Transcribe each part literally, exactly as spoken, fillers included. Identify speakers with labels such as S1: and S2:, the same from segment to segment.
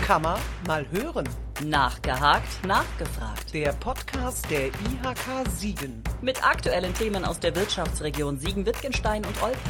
S1: Kann man mal hören.
S2: Nachgehakt, nachgefragt.
S1: Der Podcast der I H K Siegen.
S2: Mit aktuellen Themen aus der Wirtschaftsregion Siegen-Wittgenstein und Olpe.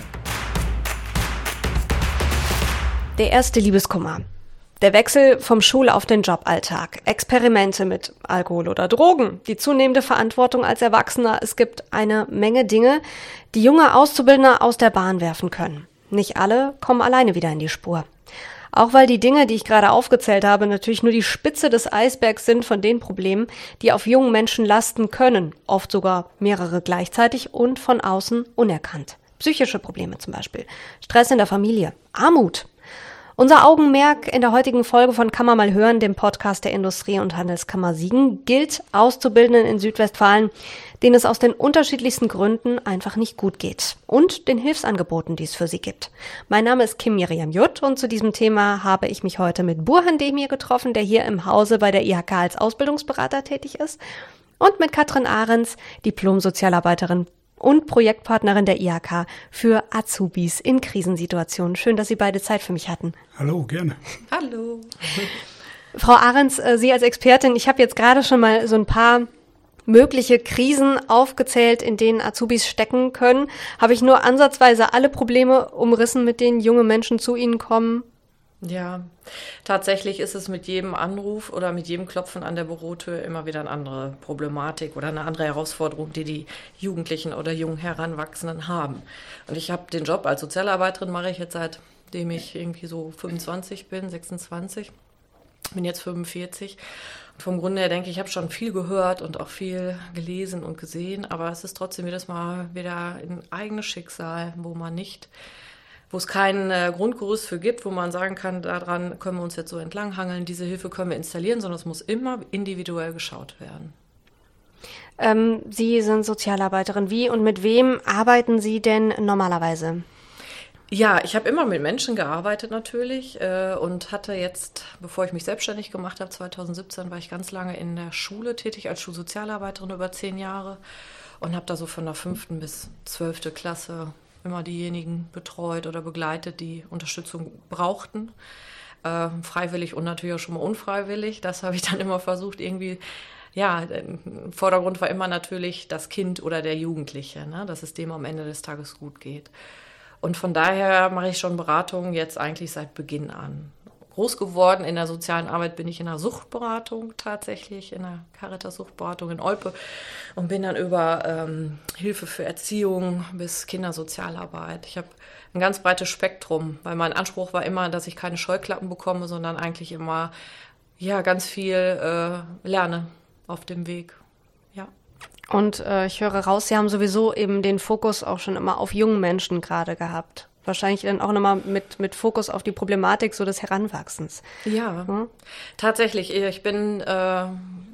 S3: Der erste Liebeskummer. Der Wechsel vom Schul- auf den Joballtag. Experimente mit Alkohol oder Drogen. Die zunehmende Verantwortung als Erwachsener. Es gibt eine Menge Dinge, die junge Auszubildende aus der Bahn werfen können. Nicht alle kommen alleine wieder in die Spur. Auch weil die Dinge, die ich gerade aufgezählt habe, natürlich nur die Spitze des Eisbergs sind von den Problemen, die auf jungen Menschen lasten können. Oft sogar mehrere gleichzeitig und von außen unerkannt. Psychische Probleme zum Beispiel. Stress in der Familie. Armut. Unser Augenmerk in der heutigen Folge von Kann man mal hören, dem Podcast der Industrie- und Handelskammer Siegen, gilt Auszubildenden in Südwestfalen, denen es aus den unterschiedlichsten Gründen einfach nicht gut geht. Und den Hilfsangeboten, die es für sie gibt. Mein Name ist Kim Miriam Jutt und zu diesem Thema habe ich mich heute mit Burhan Demir getroffen, der hier im Hause bei der I H K als Ausbildungsberater tätig ist, und mit Katrin Ahrens, Diplom-Sozialarbeiterin und Projektpartnerin der I H K für Azubis in Krisensituationen. Schön, dass Sie beide Zeit für mich hatten.
S4: Hallo, gerne.
S2: Hallo.
S3: Frau Ahrens, Sie als Expertin, ich habe jetzt gerade schon mal so ein paar mögliche Krisen aufgezählt, in denen Azubis stecken können. Habe ich nur ansatzweise alle Probleme umrissen, mit denen junge Menschen zu Ihnen kommen?
S5: Ja, tatsächlich ist es mit jedem Anruf oder mit jedem Klopfen an der Bürotür immer wieder eine andere Problematik oder eine andere Herausforderung, die die Jugendlichen oder jungen Heranwachsenden haben. Und ich habe den Job als Sozialarbeiterin, mache ich jetzt seitdem ich irgendwie so fünfundzwanzig bin, sechsundzwanzig, bin jetzt fünfundvierzig. Und vom Grunde her denke ich, ich habe schon viel gehört und auch viel gelesen und gesehen, aber es ist trotzdem jedes Mal wieder ein eigenes Schicksal, wo man nicht... wo es kein äh, Grundgerüst für gibt, wo man sagen kann, daran können wir uns jetzt so entlanghangeln, diese Hilfe können wir installieren, sondern es muss immer individuell geschaut werden.
S3: Ähm, Sie sind Sozialarbeiterin. Wie und mit wem arbeiten Sie denn normalerweise?
S5: Ja, ich habe immer mit Menschen gearbeitet natürlich äh, und hatte jetzt, bevor ich mich selbstständig gemacht habe, zweitausendsiebzehn, war ich ganz lange in der Schule tätig als Schulsozialarbeiterin über zehn Jahre und habe da so von der fünften bis zwölfte Klasse immer diejenigen betreut oder begleitet, die Unterstützung brauchten. Äh, freiwillig und natürlich auch schon mal unfreiwillig. Das habe ich dann immer versucht irgendwie, ja, im Vordergrund war immer natürlich das Kind oder der Jugendliche, ne, dass es dem am Ende des Tages gut geht. Und von daher mache ich schon Beratungen jetzt eigentlich seit Beginn an. Groß geworden in der sozialen Arbeit bin ich in der Suchtberatung tatsächlich, in der Caritas-Suchtberatung in Olpe und bin dann über ähm, Hilfe für Erziehung bis Kindersozialarbeit. Ich habe ein ganz breites Spektrum, weil mein Anspruch war immer, dass ich keine Scheuklappen bekomme, sondern eigentlich immer ja, ganz viel äh, lerne auf dem Weg. Ja.
S3: Und äh, ich höre raus, Sie haben sowieso eben den Fokus auch schon immer auf jungen Menschen gerade gehabt. Wahrscheinlich dann auch nochmal mit, mit Fokus auf die Problematik so des Heranwachsens.
S5: Ja, hm? Tatsächlich. Ich bin, äh,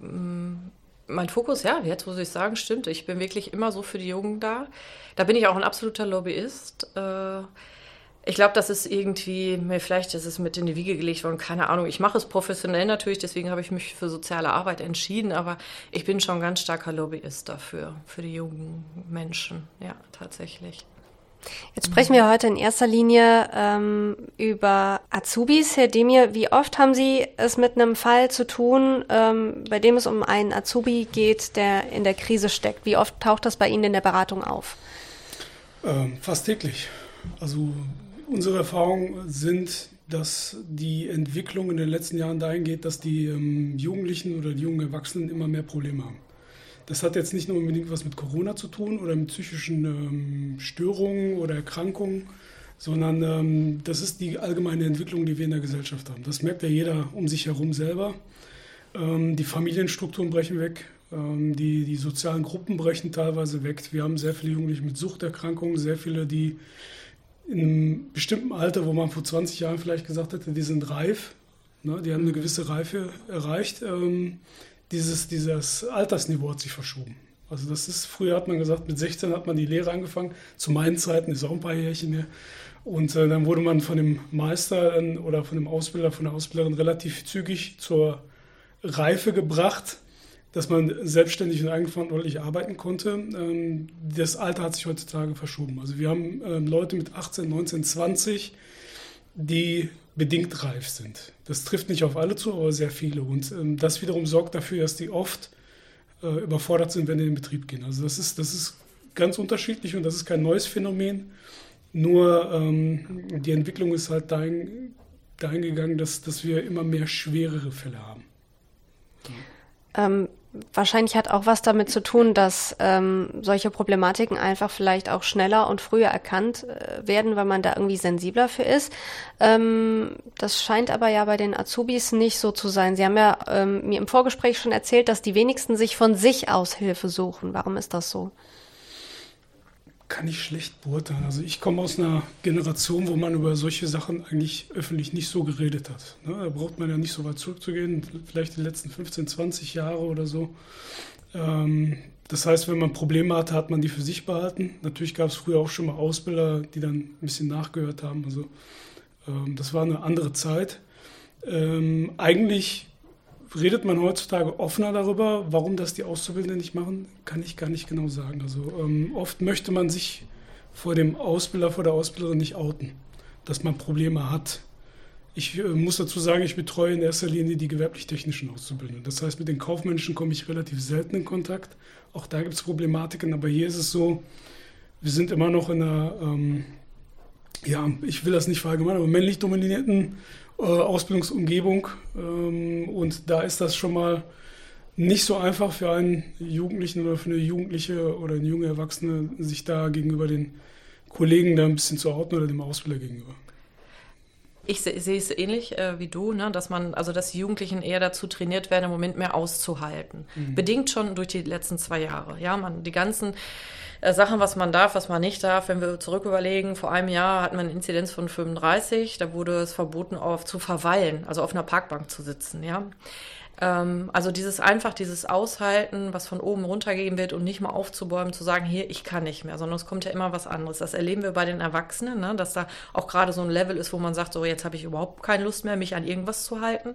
S5: mein Fokus, ja, jetzt muss ich sagen, stimmt. Ich bin wirklich immer so für die Jungen da. Da bin ich auch ein absoluter Lobbyist. Äh, ich glaube, das ist irgendwie, mir vielleicht ist es mit in die Wiege gelegt worden, keine Ahnung. Ich mache es professionell natürlich, deswegen habe ich mich für soziale Arbeit entschieden. Aber ich bin schon ein ganz starker Lobbyist dafür, für die jungen Menschen. Ja, tatsächlich.
S3: Jetzt sprechen wir heute in erster Linie ähm, über Azubis. Herr Demir, wie oft haben Sie es mit einem Fall zu tun, ähm, bei dem es um einen Azubi geht, der in der Krise steckt? Wie oft taucht das bei Ihnen in der Beratung auf?
S4: Ähm, fast täglich. Also unsere Erfahrungen sind, dass die Entwicklung in den letzten Jahren dahin geht, dass die ähm, Jugendlichen oder die jungen Erwachsenen immer mehr Probleme haben. Das hat jetzt nicht nur unbedingt was mit Corona zu tun oder mit psychischen ähm, Störungen oder Erkrankungen, sondern ähm, das ist die allgemeine Entwicklung, die wir in der Gesellschaft haben. Das merkt ja jeder um sich herum selber. Ähm, die Familienstrukturen brechen weg, ähm, die, die sozialen Gruppen brechen teilweise weg. Wir haben sehr viele Jugendliche mit Suchterkrankungen, sehr viele, die in einem bestimmten Alter, wo man vor zwanzig Jahren vielleicht gesagt hätte, die sind reif, ne, die haben eine gewisse Reife erreicht. Ähm, Dieses, dieses Altersniveau hat sich verschoben. Also das ist, früher hat man gesagt, mit sechzehn hat man die Lehre angefangen. Zu meinen Zeiten ist auch ein paar Jährchen her. Und äh, dann wurde man von dem Meister äh, oder von dem Ausbilder, von der Ausbilderin relativ zügig zur Reife gebracht, dass man selbstständig und eigenverantwortlich arbeiten konnte. Ähm, das Alter hat sich heutzutage verschoben. Also wir haben ähm, Leute mit achtzehn, neunzehn, zwanzig, die bedingt reif sind. Das trifft nicht auf alle zu, aber sehr viele. Und ähm, das wiederum sorgt dafür, dass die oft äh, überfordert sind, wenn sie in den Betrieb gehen. Also das ist, das ist ganz unterschiedlich und das ist kein neues Phänomen. Nur ähm, die Entwicklung ist halt dahin, dahin gegangen, dass, dass wir immer mehr schwerere Fälle haben.
S3: Ja. Ähm, wahrscheinlich hat auch was damit zu tun, dass ähm, solche Problematiken einfach vielleicht auch schneller und früher erkannt äh, werden, weil man da irgendwie sensibler für ist. Ähm, das scheint aber ja bei den Azubis nicht so zu sein. Sie haben ja ähm, mir im Vorgespräch schon erzählt, dass die wenigsten sich von sich aus Hilfe suchen. Warum ist das so?
S4: Kann ich schlecht beurteilen. Also ich komme aus einer Generation, wo man über solche Sachen eigentlich öffentlich nicht so geredet hat. Ne, da braucht man ja nicht so weit zurückzugehen, vielleicht die letzten fünfzehn, zwanzig Jahre oder so. Ähm, das heißt, wenn man Probleme hatte, hat man die für sich behalten. Natürlich gab es früher auch schon mal Ausbilder, die dann ein bisschen nachgehört haben. Also ähm, das war eine andere Zeit. Ähm, eigentlich redet man heutzutage offener darüber, warum das die Auszubildenden nicht machen, kann ich gar nicht genau sagen. Also ähm, oft möchte man sich vor dem Ausbilder, vor der Ausbilderin nicht outen, dass man Probleme hat. Ich äh, muss dazu sagen, ich betreue in erster Linie die gewerblich-technischen Auszubildenden. Das heißt, mit den Kaufmännischen komme ich relativ selten in Kontakt. Auch da gibt es Problematiken, aber hier ist es so, wir sind immer noch in einer, ähm, ja, ich will das nicht verallgemeinern, aber männlich dominierten Ausbildungsumgebung ähm, und da ist das schon mal nicht so einfach für einen Jugendlichen oder für eine Jugendliche oder eine junge Erwachsene, sich da gegenüber den Kollegen da ein bisschen zu outen oder dem Ausbilder gegenüber.
S5: Ich sehe seh es ähnlich äh, wie du, ne, dass man, also dass die Jugendlichen eher dazu trainiert werden, im Moment mehr auszuhalten. Mhm. Bedingt schon durch die letzten zwei Jahre. Ja, man die ganzen Sachen, was man darf, was man nicht darf. Wenn wir zurück überlegen, vor einem Jahr hatten wir eine Inzidenz von fünfunddreißig, da wurde es verboten, auf zu verweilen, also auf einer Parkbank zu sitzen, ja. Ähm, also dieses einfach, dieses Aushalten, was von oben runtergegeben wird und nicht mal aufzubäumen, zu sagen, hier, ich kann nicht mehr, sondern es kommt ja immer was anderes. Das erleben wir bei den Erwachsenen, ne, dass da auch gerade so ein Level ist, wo man sagt, so jetzt habe ich überhaupt keine Lust mehr, mich an irgendwas zu halten.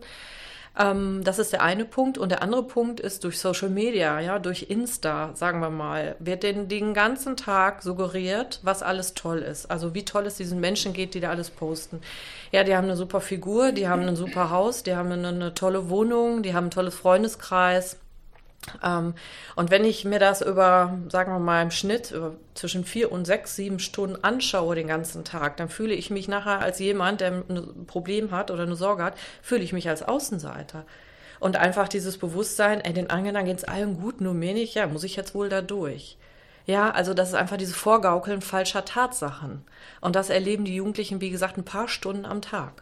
S5: Ähm, das ist der eine Punkt. Und der andere Punkt ist durch Social Media, ja, durch Insta, sagen wir mal, wird denen den ganzen Tag suggeriert, was alles toll ist. Also wie toll es diesen Menschen geht, die da alles posten. Ja, die haben eine super Figur, die haben ein super Haus, die haben eine, eine tolle Wohnung, die haben ein tolles Freundeskreis. Ähm, und wenn ich mir das über, sagen wir mal im Schnitt, über zwischen vier und sechs, sieben Stunden anschaue den ganzen Tag, dann fühle ich mich nachher als jemand, der ein Problem hat oder eine Sorge hat, fühle ich mich als Außenseiter. Und einfach dieses Bewusstsein, ey, den anderen geht es allen gut, nur mir nicht, ja, muss ich jetzt wohl da durch. Ja, also das ist einfach dieses Vorgaukeln falscher Tatsachen. Und das erleben die Jugendlichen, wie gesagt, ein paar Stunden am Tag.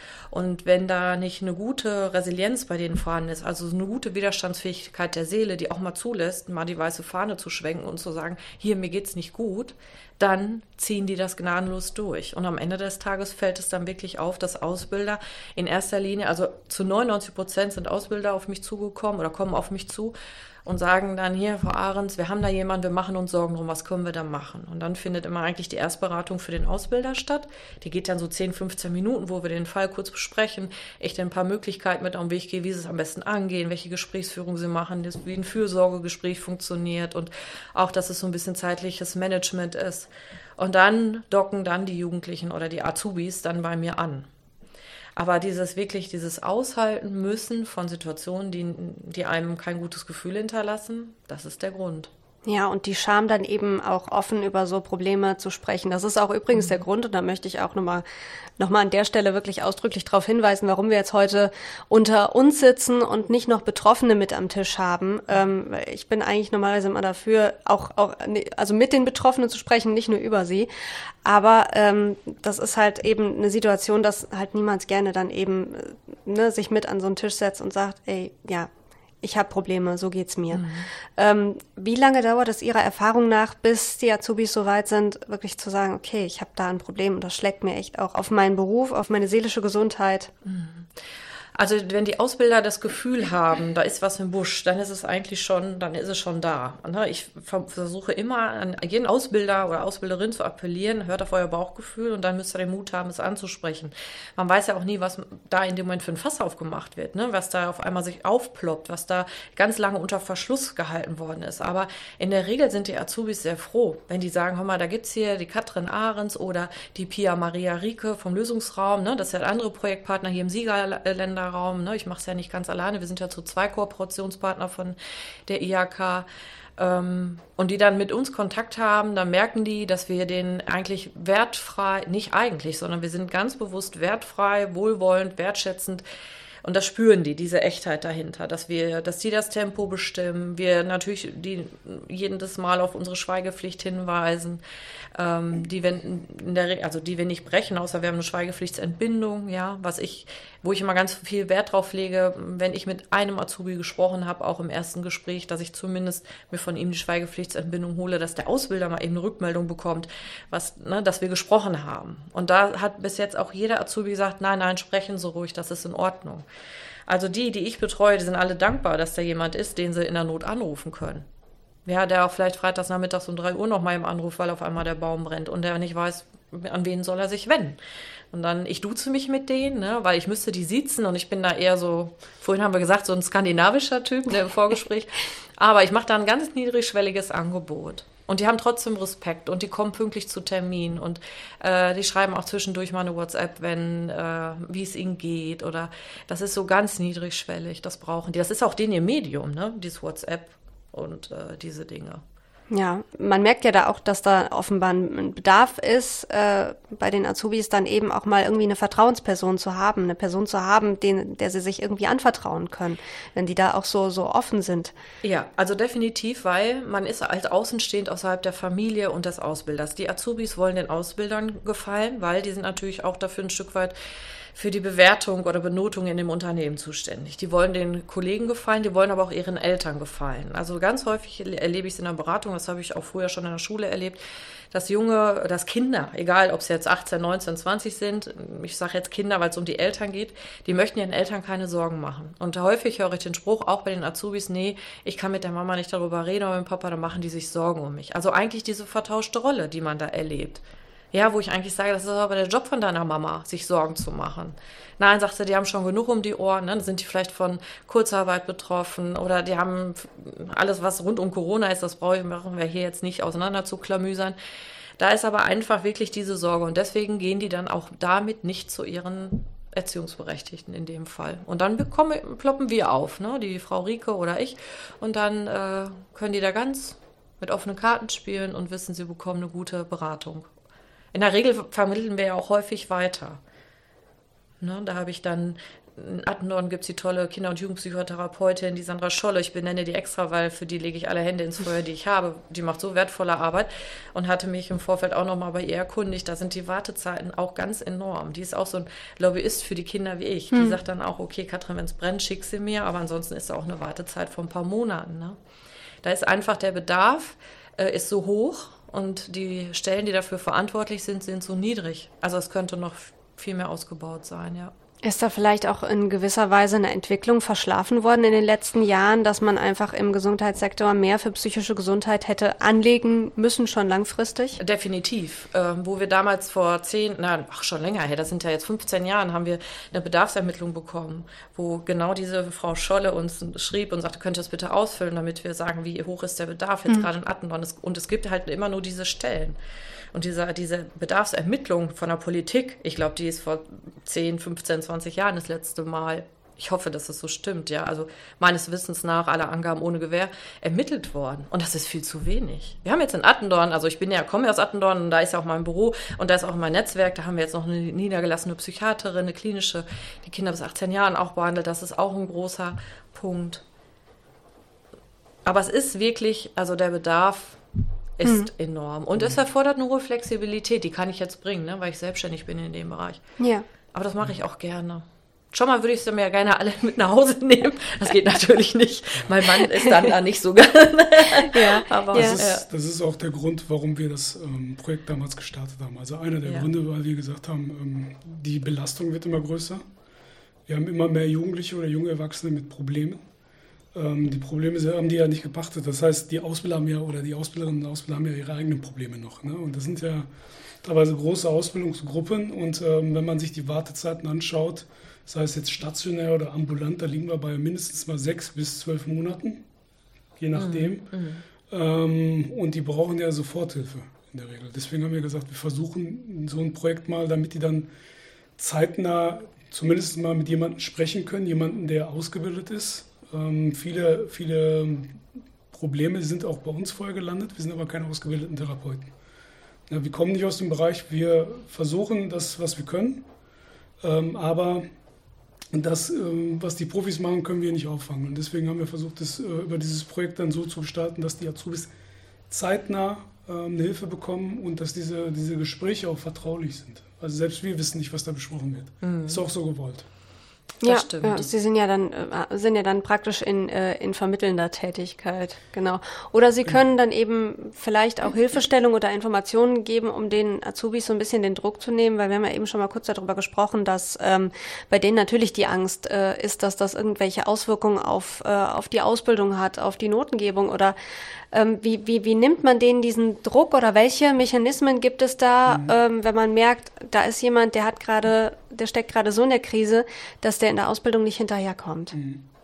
S5: Und wenn da nicht eine gute Resilienz bei denen vorhanden ist, also eine gute Widerstandsfähigkeit der Seele, die auch mal zulässt, mal die weiße Fahne zu schwenken und zu sagen, hier, mir geht's nicht gut, dann ziehen die das gnadenlos durch. Und am Ende des Tages fällt es dann wirklich auf, dass Ausbilder in erster Linie, also zu neunundneunzig Prozent sind Ausbilder auf mich zugekommen oder kommen auf mich zu und sagen dann, hier, Frau Ahrens, wir haben da jemanden, wir machen uns Sorgen drum, was können wir da machen? Und dann findet immer eigentlich die Erstberatung für den Ausbilder statt. Die geht dann so zehn, fünfzehn Minuten, wo wir den Fall kurz besprechen, ich ein paar Möglichkeiten mit auf den Weg gehe, wie sie es am besten angehen, welche Gesprächsführung sie machen, wie ein Fürsorgegespräch funktioniert und auch, dass es so ein bisschen zeitliches Management ist. Und dann docken dann die Jugendlichen oder die Azubis dann bei mir an. Aber dieses wirklich, dieses Aushalten müssen von Situationen, die, die einem kein gutes Gefühl hinterlassen, das ist der Grund.
S3: Ja, und die Scham dann eben auch offen über so Probleme zu sprechen. Das ist auch übrigens mhm. der Grund, und da möchte ich auch nochmal noch mal an der Stelle wirklich ausdrücklich darauf hinweisen, warum wir jetzt heute unter uns sitzen und nicht noch Betroffene mit am Tisch haben. Ähm, ich bin eigentlich normalerweise immer dafür, auch, auch also mit den Betroffenen zu sprechen, nicht nur über sie. Aber ähm, das ist halt eben eine Situation, dass halt niemand gerne dann eben ne, sich mit an so einen Tisch setzt und sagt, ey, ja, ich habe Probleme, so geht's mir. Mhm. Ähm, wie lange dauert es Ihrer Erfahrung nach, bis die Azubis so weit sind, wirklich zu sagen, okay, ich habe da ein Problem und das schlägt mir echt auch auf meinen Beruf, auf meine seelische Gesundheit?
S5: Mhm. Also wenn die Ausbilder das Gefühl haben, da ist was im Busch, dann ist es eigentlich schon, dann ist es schon da. Ich versuche immer an jeden Ausbilder oder Ausbilderin zu appellieren, hört auf euer Bauchgefühl und dann müsst ihr den Mut haben, es anzusprechen. Man weiß ja auch nie, was da in dem Moment für ein Fass aufgemacht wird, ne? Was da auf einmal sich aufploppt, was da ganz lange unter Verschluss gehalten worden ist. Aber in der Regel sind die Azubis sehr froh, wenn die sagen, hör mal, da gibt's hier die Katrin Ahrens oder die Pia Maria Rieke vom Lösungsraum, ne? Das ist ja andere Projektpartner hier im Siegerländer Raum, ne? Ich mache es ja nicht ganz alleine, wir sind ja zu zwei Kooperationspartner von der I H K ähm, und die dann mit uns Kontakt haben, dann merken die, dass wir den eigentlich wertfrei, nicht eigentlich, sondern wir sind ganz bewusst wertfrei, wohlwollend, wertschätzend. Und das spüren die, diese Echtheit dahinter, dass wir, dass die das Tempo bestimmen, wir natürlich die jedes Mal auf unsere Schweigepflicht hinweisen, ähm, die wir in der, also die wir nicht brechen, außer wir haben eine Schweigepflichtsentbindung, ja, was ich, wo ich immer ganz viel Wert drauf lege, wenn ich mit einem Azubi gesprochen habe, auch im ersten Gespräch, dass ich zumindest mir von ihm die Schweigepflichtsentbindung hole, dass der Ausbilder mal eben eine Rückmeldung bekommt, was, ne, dass wir gesprochen haben. Und da hat bis jetzt auch jeder Azubi gesagt, nein, nein, sprechen Sie ruhig, das ist in Ordnung. Also die, die ich betreue, die sind alle dankbar, dass da jemand ist, den sie in der Not anrufen können. Ja, der auch vielleicht freitags nachmittags um drei Uhr noch mal im Anruf, weil auf einmal der Baum brennt und der nicht weiß, an wen soll er sich wenden. Und dann, ich duze mich mit denen, ne, weil ich müsste die siezen und ich bin da eher so, vorhin haben wir gesagt, so ein skandinavischer Typ, ne, im Vorgespräch. Aber ich mache da ein ganz niedrigschwelliges Angebot. Und die haben trotzdem Respekt und die kommen pünktlich zu Terminen und äh, die schreiben auch zwischendurch mal eine WhatsApp, wenn äh, wie es ihnen geht oder das ist so ganz niedrigschwellig, das brauchen die. Das ist auch denen ihr Medium, ne, dieses WhatsApp und äh, diese Dinge.
S3: Ja, man merkt ja da auch, dass da offenbar ein Bedarf ist, äh, bei den Azubis dann eben auch mal irgendwie eine Vertrauensperson zu haben, eine Person zu haben, den, der sie sich irgendwie anvertrauen können, wenn die da auch so so offen sind.
S5: Ja, also definitiv, weil man ist halt außenstehend außerhalb der Familie und des Ausbilders. Die Azubis wollen den Ausbildern gefallen, weil die sind natürlich auch dafür ein Stück weit für die Bewertung oder Benotung in dem Unternehmen zuständig. Die wollen den Kollegen gefallen, die wollen aber auch ihren Eltern gefallen. Also ganz häufig erlebe ich es in der Beratung, das habe ich auch früher schon in der Schule erlebt, dass junge, dass Kinder, egal ob sie jetzt achtzehn, neunzehn, zwanzig sind, ich sage jetzt Kinder, weil es um die Eltern geht, die möchten ihren Eltern keine Sorgen machen. Und häufig höre ich den Spruch, auch bei den Azubis, nee, ich kann mit der Mama nicht darüber reden, aber mit dem Papa, dann machen die sich Sorgen um mich. Also eigentlich diese vertauschte Rolle, die man da erlebt. Ja, wo ich eigentlich sage, das ist aber der Job von deiner Mama, sich Sorgen zu machen. Nein, sagt sie, die haben schon genug um die Ohren, ne? Dann sind die vielleicht von Kurzarbeit betroffen oder die haben alles, was rund um Corona ist, das brauchen wir hier jetzt nicht auseinander zu klamüsern. Da ist aber einfach wirklich diese Sorge und deswegen gehen die dann auch damit nicht zu ihren Erziehungsberechtigten in dem Fall. Und dann bekommen, ploppen wir auf, ne? Die Frau Rieke oder ich, und dann äh, können die da ganz mit offenen Karten spielen und wissen, sie bekommen eine gute Beratung. In der Regel vermitteln wir ja auch häufig weiter. Ne, da habe ich dann, in Attendorn gibt es die tolle Kinder- und Jugendpsychotherapeutin, die Sandra Scholle, ich benenne die extra, weil für die lege ich alle Hände ins Feuer, die ich habe. Die macht so wertvolle Arbeit und hatte mich im Vorfeld auch nochmal bei ihr erkundigt. Da sind die Wartezeiten auch ganz enorm. Die ist auch so ein Lobbyist für die Kinder wie ich. Die hm. sagt dann auch, okay, Katrin, wenn es brennt, schick sie mir, aber ansonsten ist da auch eine Wartezeit von ein paar Monaten. Ne? Da ist einfach der Bedarf, äh, ist so hoch. Und die Stellen, die dafür verantwortlich sind, sind so niedrig. Also es könnte noch viel mehr ausgebaut sein, ja.
S3: Ist da vielleicht auch in gewisser Weise eine Entwicklung verschlafen worden in den letzten Jahren, dass man einfach im Gesundheitssektor mehr für psychische Gesundheit hätte anlegen müssen, schon langfristig?
S5: Definitiv. Ähm, wo wir damals vor zehn, nein, ach schon länger her, das sind ja jetzt fünfzehn Jahren, haben wir eine Bedarfsermittlung bekommen, wo genau diese Frau Scholle uns schrieb und sagte, könnt ihr das bitte ausfüllen, damit wir sagen, wie hoch ist der Bedarf jetzt mhm. gerade in Attendorn. Und es gibt halt immer nur diese Stellen. Und diese, diese Bedarfsermittlung von der Politik, ich glaube, die ist vor zehn, fünfzehn, zwanzig Jahren das letzte Mal, ich hoffe, dass es so stimmt, ja, also meines Wissens nach, alle Angaben ohne Gewähr, ermittelt worden. Und das ist viel zu wenig. Wir haben jetzt in Attendorn, also ich bin ja, komme ja aus Attendorn und da ist ja auch mein Büro und da ist auch mein Netzwerk, da haben wir jetzt noch eine niedergelassene Psychiaterin, eine klinische, die Kinder bis achtzehn Jahren auch behandelt, das ist auch ein großer Punkt. Aber es ist wirklich, also der Bedarf ist hm. enorm. Und es erfordert eine hohe Flexibilität, die kann ich jetzt bringen, ne, weil ich selbstständig bin in dem Bereich.
S3: Ja.
S5: Aber das mache ich auch gerne. Schon mal würde ich sie mir ja gerne alle mit nach Hause nehmen. Das geht natürlich nicht. Mein Mann ist dann da nicht so gerne.
S3: Ja,
S5: aber
S4: das,
S3: ja.
S4: ist, das ist auch der Grund, warum wir das ähm, Projekt damals gestartet haben. Also einer der
S5: ja.
S4: Gründe, weil wir gesagt haben, ähm, die Belastung wird immer größer. Wir haben immer mehr Jugendliche oder junge Erwachsene mit Problemen. Ähm, die Probleme haben die ja nicht gepachtet. Das heißt, die Ausbilder haben ja oder die Ausbilderinnen und Ausbilder haben ja ihre eigenen Probleme noch. Ne? Und das sind ja teilweise große Ausbildungsgruppen. Und ähm, wenn man sich die Wartezeiten anschaut, sei es jetzt stationär oder ambulant, da liegen wir bei mindestens mal sechs bis zwölf Monaten, je nachdem. Mhm. Ähm, und die brauchen ja Soforthilfe in der Regel. Deswegen haben wir gesagt, wir versuchen so ein Projekt mal, damit die dann zeitnah zumindest mal mit jemandem sprechen können, jemanden, der ausgebildet ist. Ähm, viele, viele Probleme sind auch bei uns vorher gelandet, wir sind aber keine ausgebildeten Therapeuten. Ja, wir kommen nicht aus dem Bereich, wir versuchen das, was wir können, ähm, aber das, ähm, was die Profis machen, können wir nicht auffangen. Und deswegen haben wir versucht, das äh, über dieses Projekt dann so zu gestalten, dass die Azubis zeitnah ähm, eine Hilfe bekommen und dass diese, diese Gespräche auch vertraulich sind. Also selbst wir wissen nicht, was da besprochen wird. Mhm. Ist auch so gewollt.
S3: Das ja, stimmt. Ja, Sie sind ja dann äh, sind ja dann praktisch in äh, in vermittelnder Tätigkeit, genau. Oder Sie können dann eben vielleicht auch Hilfestellung oder Informationen geben, um den Azubis so ein bisschen den Druck zu nehmen, weil wir haben ja eben schon mal kurz darüber gesprochen, dass ähm, bei denen natürlich die Angst äh, ist, dass das irgendwelche Auswirkungen auf äh, auf die Ausbildung hat, auf die Notengebung oder ähm, wie wie wie nimmt man denen diesen Druck oder welche Mechanismen gibt es da, mhm. ähm, wenn man merkt, da ist jemand, der hat gerade, der steckt gerade so in der Krise, dass der in der Ausbildung nicht hinterherkommt.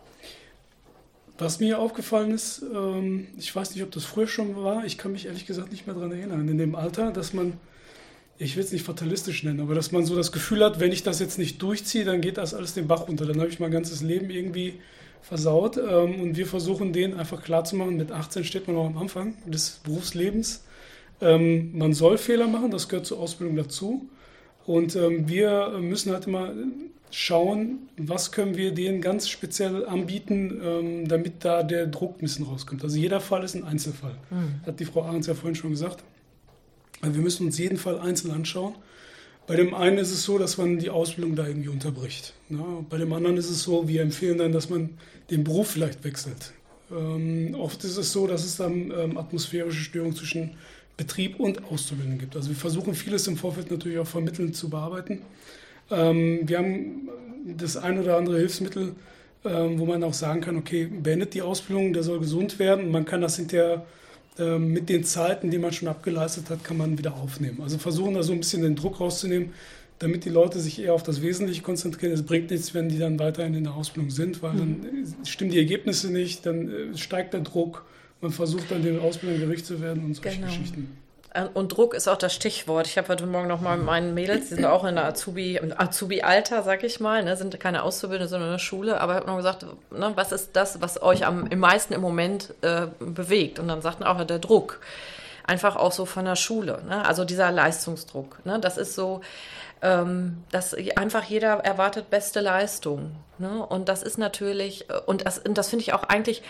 S4: Was mir aufgefallen ist, ähm, ich weiß nicht, ob das früher schon war, ich kann mich ehrlich gesagt nicht mehr daran erinnern, in dem Alter, dass man, ich will es nicht fatalistisch nennen, aber dass man so das Gefühl hat, wenn ich das jetzt nicht durchziehe, dann geht das alles den Bach runter, dann habe ich mein ganzes Leben irgendwie versaut ähm, und wir versuchen denen einfach klarzumachen, mit achtzehn steht man noch am Anfang des Berufslebens, ähm, man soll Fehler machen, das gehört zur Ausbildung dazu und ähm, wir müssen halt immer schauen, was können wir denen ganz speziell anbieten, ähm, damit da der Druck ein bisschen rauskommt. Also jeder Fall ist ein Einzelfall. Mhm. Hat die Frau Ahrens ja vorhin schon gesagt. Also wir müssen uns jeden Fall einzeln anschauen. Bei dem einen ist es so, dass man die Ausbildung da irgendwie unterbricht. Ja, bei dem anderen ist es so, wir empfehlen dann, dass man den Beruf vielleicht wechselt. Ähm, oft ist es so, dass es dann ähm, atmosphärische Störungen zwischen Betrieb und Auszubildenden gibt. Also wir versuchen vieles im Vorfeld natürlich auch vermittelnd zu bearbeiten. Ähm, wir haben das ein oder andere Hilfsmittel, ähm, wo man auch sagen kann, okay, beendet die Ausbildung, der soll gesund werden. Man kann das hinterher ähm, mit den Zeiten, die man schon abgeleistet hat, kann man wieder aufnehmen. Also versuchen da so ein bisschen den Druck rauszunehmen, damit die Leute sich eher auf das Wesentliche konzentrieren. Es bringt nichts, wenn die dann weiterhin in der Ausbildung sind, weil dann stimmen die Ergebnisse nicht, dann äh, steigt der Druck. Man versucht dann, den Ausbildern gerecht zu werden und solche
S5: genau.
S4: Geschichten.
S5: Und Druck ist auch das Stichwort. Ich habe heute Morgen noch mal mit meinen Mädels, die sind auch in der Azubi, im Azubi-Alter, sag ich mal, ne, sind keine Auszubildende, sondern in der Schule. Aber ich habe noch gesagt, ne, was ist das, was euch am im meisten im Moment äh, bewegt? Und dann sagten auch der Druck. Einfach auch so von der Schule. Ne? Also dieser Leistungsdruck. Ne? Das ist so, ähm, dass einfach jeder erwartet beste Leistung. Ne? Und das ist natürlich, und das, und das finde ich auch eigentlich,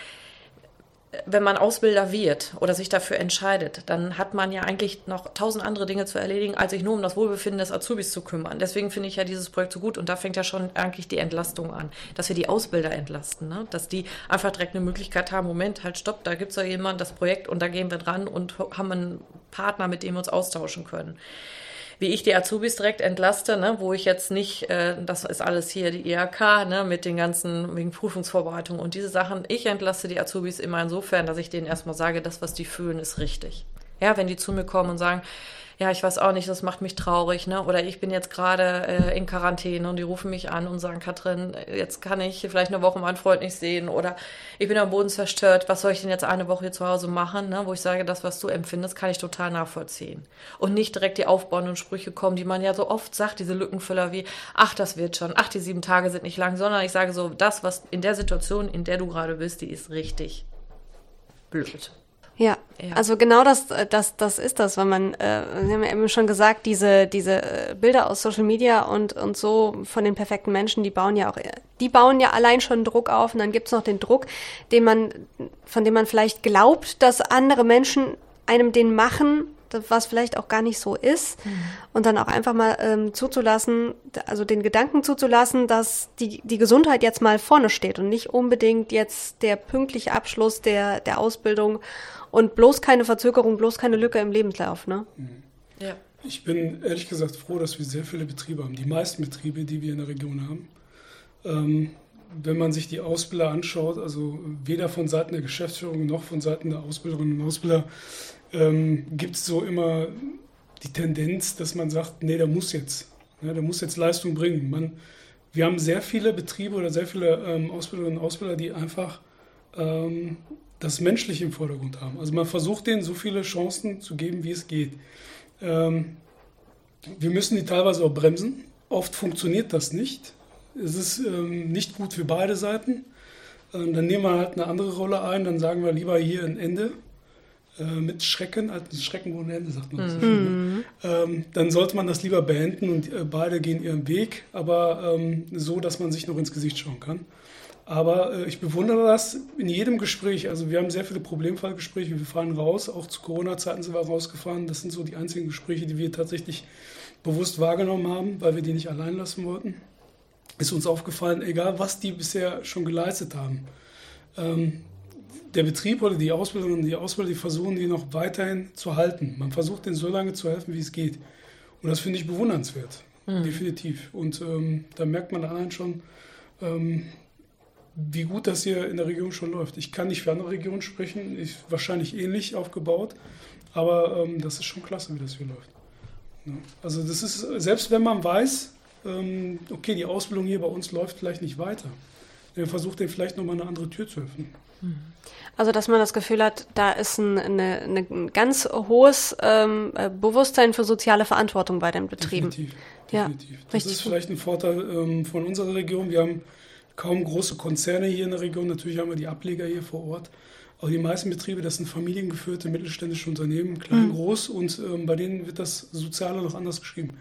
S5: wenn man Ausbilder wird oder sich dafür entscheidet, dann hat man ja eigentlich noch tausend andere Dinge zu erledigen, als sich nur um das Wohlbefinden des Azubis zu kümmern. Deswegen finde ich ja dieses Projekt so gut und da fängt ja schon eigentlich die Entlastung an, dass wir die Ausbilder entlasten, ne? Dass die einfach direkt eine Möglichkeit haben, Moment, halt stopp, da gibt es ja jemand, das Projekt und da gehen wir dran und haben einen Partner, mit dem wir uns austauschen können. Wie ich die Azubis direkt entlaste, ne, wo ich jetzt nicht, äh, das ist alles hier die I H K, ne, mit den ganzen, wegen Prüfungsvorbereitung und diese Sachen. Ich entlaste die Azubis immer insofern, dass ich denen erstmal sage, das, was die fühlen, ist richtig. Ja, wenn die zu mir kommen und sagen, ja, ich weiß auch nicht, das macht mich traurig, ne? Oder ich bin jetzt gerade äh, in Quarantäne und die rufen mich an und sagen, Katrin, jetzt kann ich vielleicht eine Woche meinen Freund nicht sehen oder ich bin am Boden zerstört, was soll ich denn jetzt eine Woche hier zu Hause machen, ne? Wo ich sage, das, was du empfindest, kann ich total nachvollziehen. Und nicht direkt die aufbauenden Sprüche kommen, die man ja so oft sagt, diese Lückenfüller wie, ach, das wird schon, ach, die sieben Tage sind nicht lang, sondern ich sage so, das, was in der Situation, in der du gerade bist, die ist richtig blöd.
S3: Ja, ja, also genau das, das, das ist das, wenn man, äh, Sie haben ja eben schon gesagt, diese, diese Bilder aus Social Media und, und so von den perfekten Menschen, die bauen ja auch, die bauen ja allein schon Druck auf und dann gibt's noch den Druck, den man, von dem man vielleicht glaubt, dass andere Menschen einem den machen, was vielleicht auch gar nicht so ist, mhm. und dann auch einfach mal ähm, zuzulassen, also den Gedanken zuzulassen, dass die die Gesundheit jetzt mal vorne steht und nicht unbedingt jetzt der pünktliche Abschluss der der Ausbildung und bloß keine Verzögerung, bloß keine Lücke im Lebenslauf, ne?
S4: Mhm. Ja. Ich bin ehrlich gesagt froh, dass wir sehr viele Betriebe haben, die meisten Betriebe, die wir in der Region haben, Ähm, wenn man sich die Ausbilder anschaut, also weder von Seiten der Geschäftsführung noch von Seiten der Ausbilderinnen und Ausbilder, ähm, gibt es so immer die Tendenz, dass man sagt, nee, der muss jetzt, ne, der muss jetzt Leistung bringen. Man, wir haben sehr viele Betriebe oder sehr viele ähm, Ausbilderinnen und Ausbilder, die einfach ähm, das Menschliche im Vordergrund haben. Also man versucht denen so viele Chancen zu geben, wie es geht. Ähm, wir müssen die teilweise auch bremsen. Oft funktioniert das nicht. Es ist ähm, nicht gut für beide Seiten. Ähm, dann nehmen wir halt eine andere Rolle ein, dann sagen wir lieber hier ein Ende äh, mit Schrecken, also Schrecken ohne Ende, sagt man. Mhm. So schön, ne? ähm, dann sollte man das lieber beenden und äh, beide gehen ihren Weg, aber ähm, so, dass man sich noch ins Gesicht schauen kann. Aber äh, ich bewundere das in jedem Gespräch. Also wir haben sehr viele Problemfallgespräche, wir fahren raus, auch zu Corona-Zeiten sind wir rausgefahren. Das sind so die einzigen Gespräche, die wir tatsächlich bewusst wahrgenommen haben, weil wir die nicht allein lassen wollten. Ist uns aufgefallen, egal was die bisher schon geleistet haben. Ähm, der Betrieb oder die Ausbilderinnen und die Ausbilder, die versuchen, die noch weiterhin zu halten. Man versucht, denen so lange zu helfen, wie es geht. Und das finde ich bewundernswert, mhm. definitiv. Und ähm, da merkt man allein schon, ähm, wie gut das hier in der Region schon läuft. Ich kann nicht für andere Regionen sprechen, ist wahrscheinlich ähnlich aufgebaut, aber ähm, das ist schon klasse, wie das hier läuft. Ja. Also das ist, selbst wenn man weiß, ähm, okay, die Ausbildung hier bei uns läuft vielleicht nicht weiter, dann versucht ihr vielleicht nochmal eine andere Tür zu öffnen.
S3: Also, dass man das Gefühl hat, da ist ein, eine, eine, ein ganz hohes ähm, Bewusstsein für soziale Verantwortung bei den Betrieben.
S4: Definitiv, definitiv. Ja, das ist vielleicht ein Vorteil ähm, von unserer Region. Wir haben kaum große Konzerne hier in der Region. Natürlich haben wir die Ableger hier vor Ort. Aber die meisten Betriebe, das sind familiengeführte mittelständische Unternehmen, klein, mhm. groß. Und ähm, bei denen wird das Soziale noch anders geschrieben.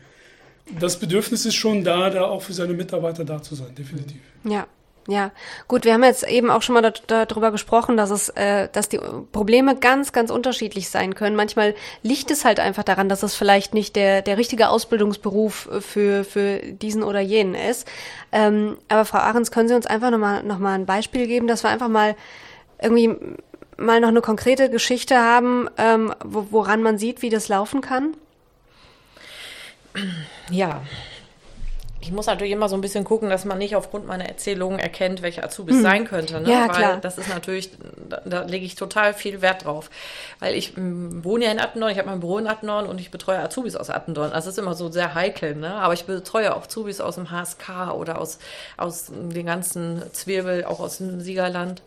S4: Das Bedürfnis ist schon da, da auch für seine Mitarbeiter da zu sein, definitiv.
S3: Ja. Ja, gut, wir haben jetzt eben auch schon mal da, darüber gesprochen, dass es, äh, dass die Probleme ganz, ganz unterschiedlich sein können. Manchmal liegt es halt einfach daran, dass es vielleicht nicht der der richtige Ausbildungsberuf für für diesen oder jenen ist. Ähm, aber Frau Ahrens, können Sie uns einfach nochmal noch mal ein Beispiel geben, dass wir einfach mal irgendwie mal noch eine konkrete Geschichte haben, ähm, wo, woran man sieht, wie das laufen kann?
S5: Ja. Ich muss natürlich immer so ein bisschen gucken, dass man nicht aufgrund meiner Erzählungen erkennt, welche Azubis hm. sein könnte. Ne?
S3: Ja,
S5: Weil
S3: klar.
S5: das ist natürlich, da, da lege ich total viel Wert drauf. Weil ich m, wohne ja in Attendorn, ich habe mein Büro in Attendorn und ich betreue Azubis aus Attendorn. Also das ist immer so sehr heikel, ne? Aber ich betreue auch Azubis aus dem H S K oder aus, aus den ganzen Zwirbel, auch aus dem Siegerland.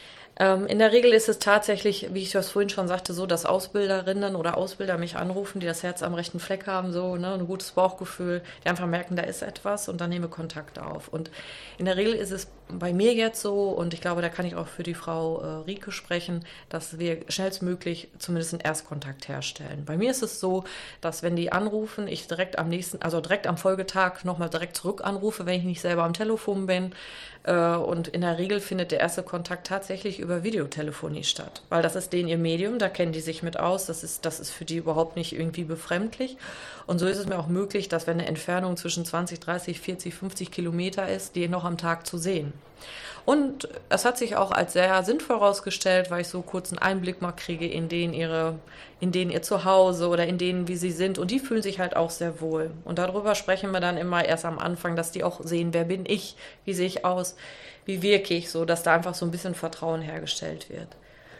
S5: In der Regel ist es tatsächlich, wie ich das vorhin schon sagte, so, dass Ausbilderinnen oder Ausbilder mich anrufen, die das Herz am rechten Fleck haben, so, ne, ein gutes Bauchgefühl, die einfach merken, da ist etwas und dann nehmen wir Kontakt auf. Und in der Regel ist es bei mir jetzt so, und ich glaube, da kann ich auch für die Frau äh, Rieke sprechen, dass wir schnellstmöglich zumindest einen Erstkontakt herstellen. Bei mir ist es so, dass wenn die anrufen, ich direkt am nächsten, also direkt am Folgetag nochmal direkt zurück anrufe, wenn ich nicht selber am Telefon bin. Äh, und in der Regel findet der erste Kontakt tatsächlich über Videotelefonie statt. Weil das ist denen ihr Medium, da kennen die sich mit aus, das ist, das ist für die überhaupt nicht irgendwie befremdlich. Und so ist es mir auch möglich, dass wenn eine Entfernung zwischen zwanzig, dreißig, vierzig, fünfzig Kilometer ist, die noch am Tag zu sehen. Und es hat sich auch als sehr sinnvoll herausgestellt, weil ich so kurz einen Einblick mal kriege in denen ihre, in denen ihr Zuhause oder in denen, wie sie sind. Und die fühlen sich halt auch sehr wohl. Und darüber sprechen wir dann immer erst am Anfang, dass die auch sehen, wer bin ich, wie sehe ich aus, wie wirke ich, so dass da einfach so ein bisschen Vertrauen hergestellt wird.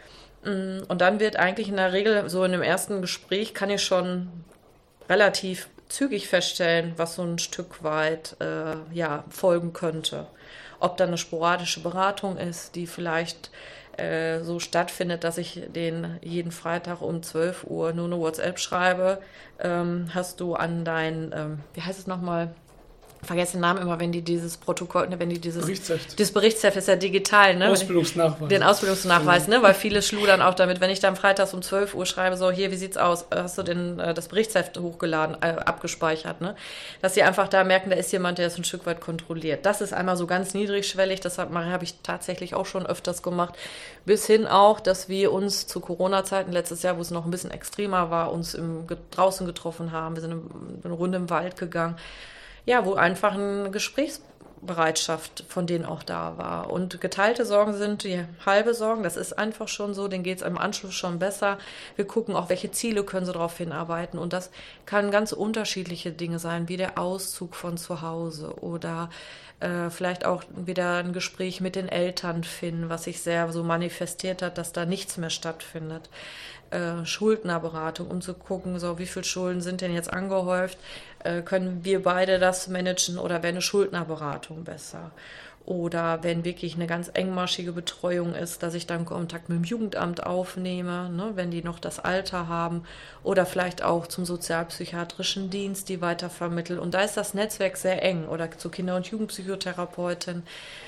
S5: Und dann wird eigentlich in der Regel so in dem ersten Gespräch kann ich schon relativ zügig feststellen, was so ein Stück weit äh, ja, folgen könnte. Ob da eine sporadische Beratung ist, die vielleicht äh, so stattfindet, dass ich den jeden Freitag um zwölf Uhr nur eine WhatsApp schreibe. Ähm, hast du an dein, ähm, wie heißt es nochmal? Vergesse den Namen immer, wenn die dieses Protokoll, wenn die dieses
S4: Berichtsheft.
S5: Das Berichtsheft ist ja digital, ne?
S4: Ausbildungsnachweis.
S5: Den Ausbildungsnachweis, ne? Weil viele schludern auch damit, wenn ich dann freitags um zwölf Uhr schreibe, so, hier, wie sieht's aus? Hast du denn äh, das Berichtsheft hochgeladen, äh, abgespeichert, ne? Dass sie einfach da merken, da ist jemand, der es ein Stück weit kontrolliert. Das ist einmal so ganz niedrigschwellig, das habe hab ich tatsächlich auch schon öfters gemacht. Bis hin auch, dass wir uns zu Corona-Zeiten letztes Jahr, wo es noch ein bisschen extremer war, uns im, draußen getroffen haben. Wir sind im, eine Runde im Wald gegangen. Ja, wo einfach ein Gesprächs, Bereitschaft von denen auch da war. Und geteilte Sorgen sind die halbe Sorgen. Das ist einfach schon so. Denen geht es im Anschluss schon besser. Wir gucken auch, welche Ziele können sie darauf hinarbeiten. Und das kann ganz unterschiedliche Dinge sein, wie der Auszug von zu Hause oder äh, vielleicht auch wieder ein Gespräch mit den Eltern finden, was sich sehr so manifestiert hat, dass da nichts mehr stattfindet. Äh, Schuldnerberatung, um zu gucken, so wie viele Schulden sind denn jetzt angehäuft, äh, können wir beide das managen oder wäre eine Schuldnerberatung besser? Oder wenn wirklich eine ganz engmaschige Betreuung ist, dass ich dann Kontakt mit dem Jugendamt aufnehme, ne, wenn die noch das Alter haben, oder vielleicht auch zum sozialpsychiatrischen Dienst, die weitervermitteln. Und da ist das Netzwerk sehr eng, oder zur Kinder- und Jugendpsychotherapeutin.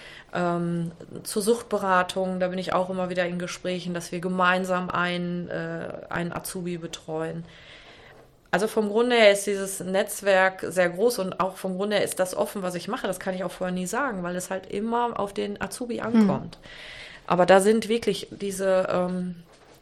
S5: Ähm, zur Suchtberatung, da bin ich auch immer wieder in Gesprächen, dass wir gemeinsam einen, äh, einen Azubi betreuen. Also vom Grunde her ist dieses Netzwerk sehr groß und auch vom Grunde her ist das offen, was ich mache. Das kann ich auch vorher nie sagen, weil es halt immer auf den Azubi ankommt. Hm. Aber da sind wirklich diese ähm,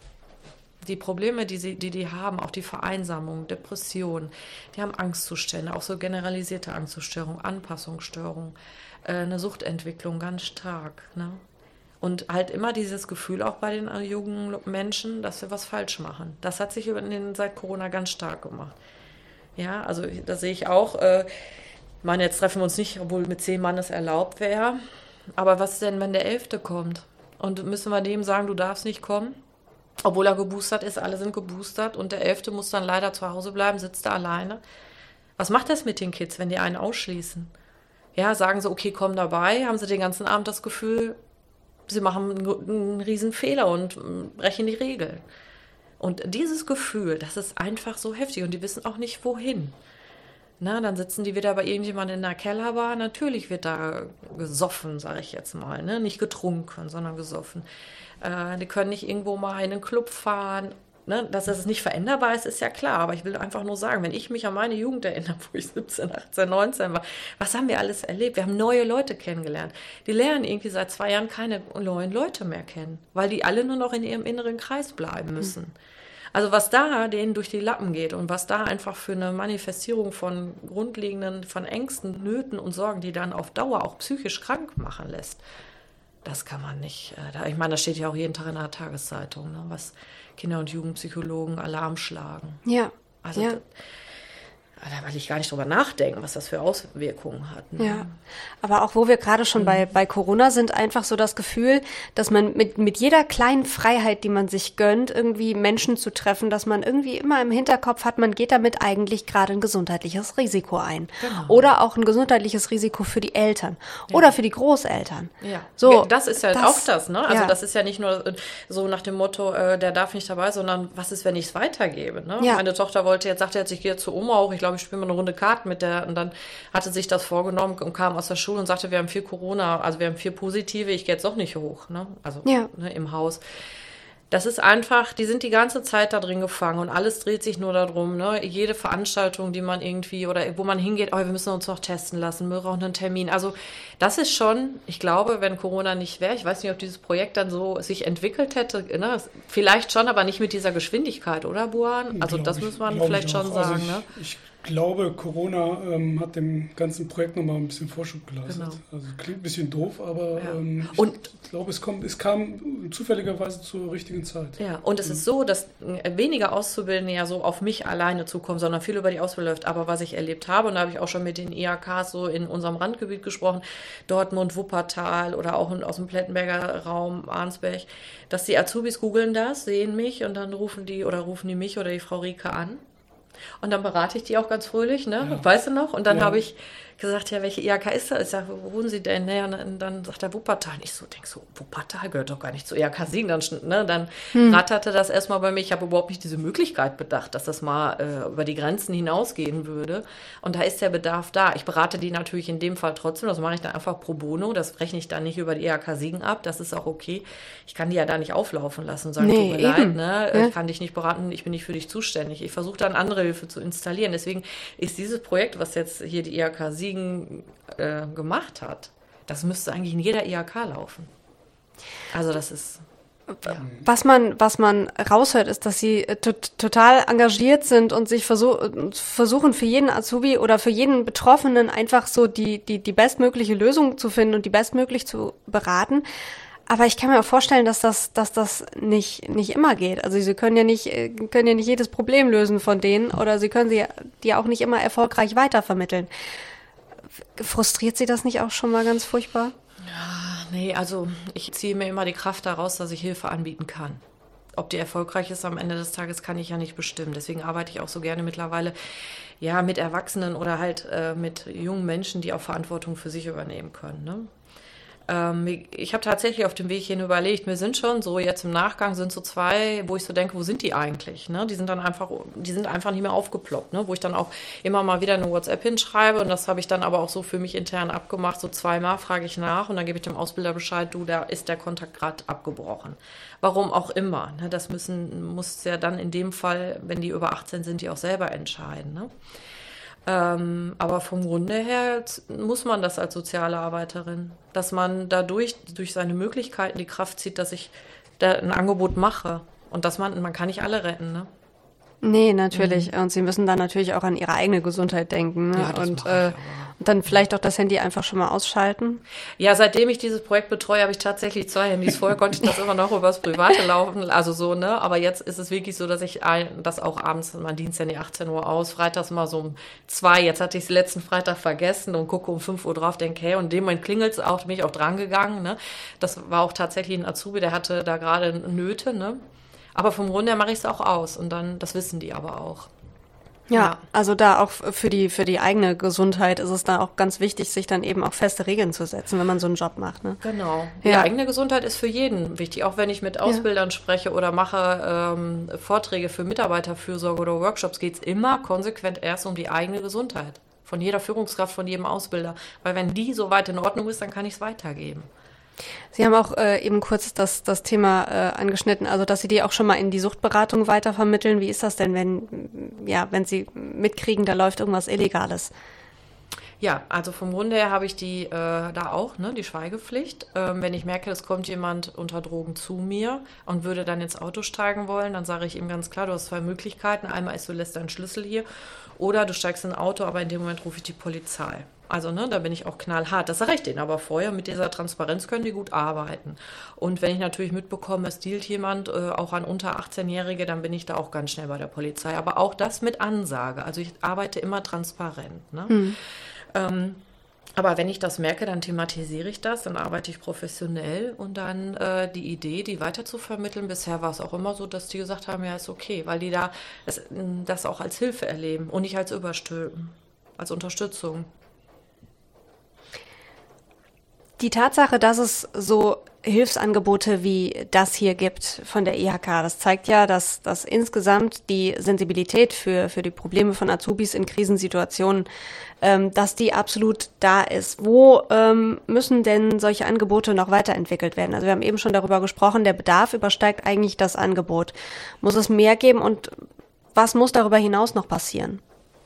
S5: die Probleme, die sie, die die haben, auch die Vereinsamung, Depression, die haben Angstzustände, auch so generalisierte Angststörung, Anpassungsstörung, äh, eine Suchtentwicklung ganz stark, ne? Und halt immer dieses Gefühl auch bei den jungen Menschen, dass wir was falsch machen. Das hat sich in den, seit Corona ganz stark gemacht. Ja, also da sehe ich auch, äh, ich meine, jetzt treffen wir uns nicht, obwohl mit zehn Mann es erlaubt wäre. Aber was denn, wenn der Elfte kommt? Und müssen wir dem sagen, du darfst nicht kommen? Obwohl er geboostert ist, alle sind geboostert und der Elfte muss dann leider zu Hause bleiben, sitzt da alleine. Was macht das mit den Kids, wenn die einen ausschließen? Ja, sagen sie, okay, komm dabei, haben sie den ganzen Abend das Gefühl, sie machen einen, einen riesen Fehler und brechen die Regeln. Und dieses Gefühl, das ist einfach so heftig und die wissen auch nicht, wohin. Na, dann sitzen die wieder bei irgendjemandem in der Kellerbar. Natürlich wird da gesoffen, sage ich jetzt mal. Ne? Nicht getrunken, sondern gesoffen. Äh, die können nicht irgendwo mal in einen Club fahren. Ne? Dass das nicht veränderbar ist, ist ja klar. Aber ich will einfach nur sagen, wenn ich mich an meine Jugend erinnere, wo ich siebzehn, achtzehn, neunzehn war, was haben wir alles erlebt? Wir haben neue Leute kennengelernt. Die lernen irgendwie seit zwei Jahren keine neuen Leute mehr kennen, weil die alle nur noch in ihrem inneren Kreis bleiben müssen. Mhm. Also was da denen durch die Lappen geht und was da einfach für eine Manifestierung von grundlegenden, von Ängsten, Nöten und Sorgen, die dann auf Dauer auch psychisch krank machen lässt, das kann man nicht. Ich meine, das steht ja auch jeden Tag in der Tageszeitung, ne, was Kinder- und Jugendpsychologen Alarm schlagen.
S3: Ja.
S5: Also
S3: ja.
S5: Das, da will ich gar nicht drüber nachdenken, was das für Auswirkungen hat. Ne?
S3: Ja, aber auch wo wir gerade schon mhm. bei, bei Corona sind, einfach so das Gefühl, dass man mit, mit jeder kleinen Freiheit, die man sich gönnt, irgendwie Menschen zu treffen, dass man irgendwie immer im Hinterkopf hat, man geht damit eigentlich gerade ein gesundheitliches Risiko ein. Genau. Oder auch ein gesundheitliches Risiko für die Eltern ja. oder für die Großeltern.
S5: Ja,
S3: so,
S5: das ist ja
S3: das,
S5: auch das, ne? Also
S3: ja.
S5: das ist ja nicht nur so nach dem Motto, äh, der darf nicht dabei, sondern was ist, wenn ich es weitergebe? Ne? Ja. Meine Tochter wollte jetzt, sagte jetzt, ich gehe zu Oma auch, ich glaube, ich spiele mal eine Runde Karten mit der, und dann hatte sich das vorgenommen und kam aus der Schule und sagte, wir haben viel Corona, also wir haben viel Positive, ich gehe jetzt doch nicht hoch, ne? Also
S3: ja.
S5: ne, im Haus. Das ist einfach, die sind die ganze Zeit da drin gefangen und alles dreht sich nur darum, ne? Jede Veranstaltung, die man irgendwie oder wo man hingeht, oh, wir müssen uns noch testen lassen, wir brauchen einen Termin. Also das ist schon, ich glaube, wenn Corona nicht wäre, ich weiß nicht, ob dieses Projekt dann so sich entwickelt hätte, ne? Vielleicht schon, aber nicht mit dieser Geschwindigkeit, oder Buan? Also
S4: glaub
S5: das
S4: ich,
S5: muss man
S4: glaub
S5: vielleicht
S4: ich
S5: schon
S4: auch.
S5: sagen,
S4: also ich,
S5: ne?
S4: Ich glaube, Corona ähm, hat dem ganzen Projekt nochmal ein bisschen Vorschub geleistet.
S5: Genau.
S4: Also klingt ein bisschen doof, aber
S5: ja.
S4: ähm, ich und, glaube, es, kommt, es kam zufälligerweise zur richtigen Zeit.
S5: Ja, und es mhm. ist so, dass weniger Auszubildende ja so auf mich alleine zukommen, sondern viel über die Ausbildung läuft. Aber was ich erlebt habe, und da habe ich auch schon mit den I H Ks so in unserem Randgebiet gesprochen, Dortmund, Wuppertal oder auch aus dem Plettenberger Raum, Arnsberg, dass die Azubis googeln das, sehen mich und dann rufen die oder rufen die mich oder die Frau Rieke an. Und dann berate ich die auch ganz fröhlich, ne? Ja. Weißt du noch? Und dann ja. habe ich gesagt, ja, welche I H K ist das? Ich sage, wo wohnen Sie denn? Naja, und dann sagt er Wuppertal. Und ich so, denk so, Wuppertal gehört doch gar nicht zu I H K Siegen. Dann, ne? dann hm. ratterte das erstmal bei mir. Ich habe überhaupt nicht diese Möglichkeit bedacht, dass das mal äh, über die Grenzen hinausgehen würde. Und da ist der Bedarf da. Ich berate die natürlich in dem Fall trotzdem. Das mache ich dann einfach pro bono. Das rechne ich dann nicht über die I H K Siegen ab. Das ist auch okay. Ich kann die ja da nicht auflaufen lassen und sagen,
S3: nee,
S5: tut mir
S3: eben.
S5: leid, ne?
S3: Ja.
S5: Ich kann dich nicht beraten, ich bin nicht für dich zuständig. Ich versuche dann andere Hilfe zu installieren. Deswegen ist dieses Projekt, was jetzt hier die I H K Siegen äh, gemacht hat, das müsste eigentlich in jeder I H K laufen. Also das ist...
S3: Was man, was man raushört, ist, dass sie to- total engagiert sind und sich versuch- versuchen, für jeden Azubi oder für jeden Betroffenen einfach so die, die, die bestmögliche Lösung zu finden und die bestmöglich zu beraten. Aber ich kann mir auch vorstellen, dass das, dass das nicht, nicht immer geht. Also sie können ja nicht, können ja nicht jedes Problem lösen von denen oder sie können sie die auch nicht immer erfolgreich weitervermitteln. Frustriert Sie das nicht auch schon mal ganz furchtbar?
S5: Ja, nee, also ich ziehe mir immer die Kraft daraus, dass ich Hilfe anbieten kann. Ob die erfolgreich ist am Ende des Tages, kann ich ja nicht bestimmen. Deswegen arbeite ich auch so gerne mittlerweile ja mit Erwachsenen oder halt äh, mit jungen Menschen, die auch Verantwortung für sich übernehmen können, ne? Ich habe tatsächlich auf dem Weg hin überlegt, mir sind schon so jetzt im Nachgang sind so zwei, wo ich so denke, wo sind die eigentlich? Ne? Die sind dann einfach, die sind einfach nicht mehr aufgeploppt, ne? Wo ich dann auch immer mal wieder eine WhatsApp hinschreibe und das habe ich dann aber auch so für mich intern abgemacht. So zweimal frage ich nach und dann gebe ich dem Ausbilder Bescheid, du, da ist der Kontakt gerade abgebrochen. Warum auch immer. Ne? Das müssen, muss ja dann in dem Fall, wenn die über achtzehn sind, die auch selber entscheiden. Ne? Ähm, aber vom Grunde her muss man das als soziale Arbeiterin, dass man dadurch, durch seine Möglichkeiten die Kraft zieht, dass ich da ein Angebot mache und dass man, man kann nicht alle retten, ne?
S3: Nee, natürlich. Mhm. Und Sie müssen dann natürlich auch an Ihre eigene Gesundheit denken. Ne?
S5: Ja, das
S3: und,
S5: mache ich
S3: äh,
S5: aber.
S3: und dann vielleicht auch das Handy einfach schon mal ausschalten.
S5: Ja, seitdem ich dieses Projekt betreue, habe ich tatsächlich zwei Handys. Vorher konnte ich das immer noch übers Private laufen, also so, ne? Aber jetzt ist es wirklich so, dass ich ein, das auch abends, man dient ja nicht achtzehn Uhr aus, freitags mal so um zwei, jetzt hatte ich es letzten Freitag vergessen und gucke um fünf Uhr drauf, denke, hey, und in dem Moment klingelt es auch, bin ich auch dran gegangen, ne? Das war auch tatsächlich ein Azubi, der hatte da gerade Nöte, ne? Aber vom Grunde her mache ich es auch aus und dann, das wissen die aber auch.
S3: Ja,
S5: Ja.
S3: also da auch für die für die eigene Gesundheit ist es da auch ganz wichtig, sich dann eben auch feste Regeln zu setzen, wenn man so einen Job macht. Ne?
S5: Genau. Die
S3: Ja.
S5: eigene Gesundheit ist für jeden wichtig. Auch wenn ich mit Ausbildern spreche oder mache ähm, Vorträge für Mitarbeiterfürsorge oder Workshops, geht es immer konsequent erst um die eigene Gesundheit. Von jeder Führungskraft, von jedem Ausbilder. Weil wenn die so weit in Ordnung ist, dann kann ich es weitergeben.
S3: Sie haben auch äh, eben kurz das das Thema äh, angeschnitten, also dass Sie die auch schon mal in die Suchtberatung weitervermitteln. Wie ist das denn, wenn ja, wenn Sie mitkriegen, da läuft irgendwas Illegales?
S5: Ja, also vom Grunde her habe ich die äh, da auch, ne, die Schweigepflicht. Ähm, wenn ich merke, es kommt jemand unter Drogen zu mir und würde dann ins Auto steigen wollen, dann sage ich ihm ganz klar, du hast zwei Möglichkeiten. Einmal ist, du lässt deinen Schlüssel hier oder du steigst in ein Auto, aber in dem Moment rufe ich die Polizei. Also, ne, da bin ich auch knallhart. Das sage ich denen aber vorher. Mit dieser Transparenz können die gut arbeiten. Und wenn ich natürlich mitbekomme, es dealt jemand äh, auch an unter achtzehn-Jährige, dann bin ich da auch ganz schnell bei der Polizei. Aber auch das mit Ansage. Also ich arbeite immer transparent. Ne? Mhm. Ähm, aber wenn ich das merke, dann thematisiere ich das, dann arbeite ich professionell und dann äh, die Idee, die weiter zu vermitteln. Bisher war es auch immer so, dass die gesagt haben, ja, ist okay, weil die da das, das auch als Hilfe erleben und nicht als Überstülpen, als Unterstützung.
S3: Die Tatsache, dass es so Hilfsangebote wie das hier gibt von der I H K, das zeigt ja, dass, dass insgesamt die Sensibilität für, für die Probleme von Azubis in Krisensituationen, ähm, dass die absolut da ist. Wo ähm, müssen denn solche Angebote noch weiterentwickelt werden? Also wir haben eben schon darüber gesprochen, der Bedarf übersteigt eigentlich das Angebot. Muss es mehr geben und was muss darüber hinaus noch passieren?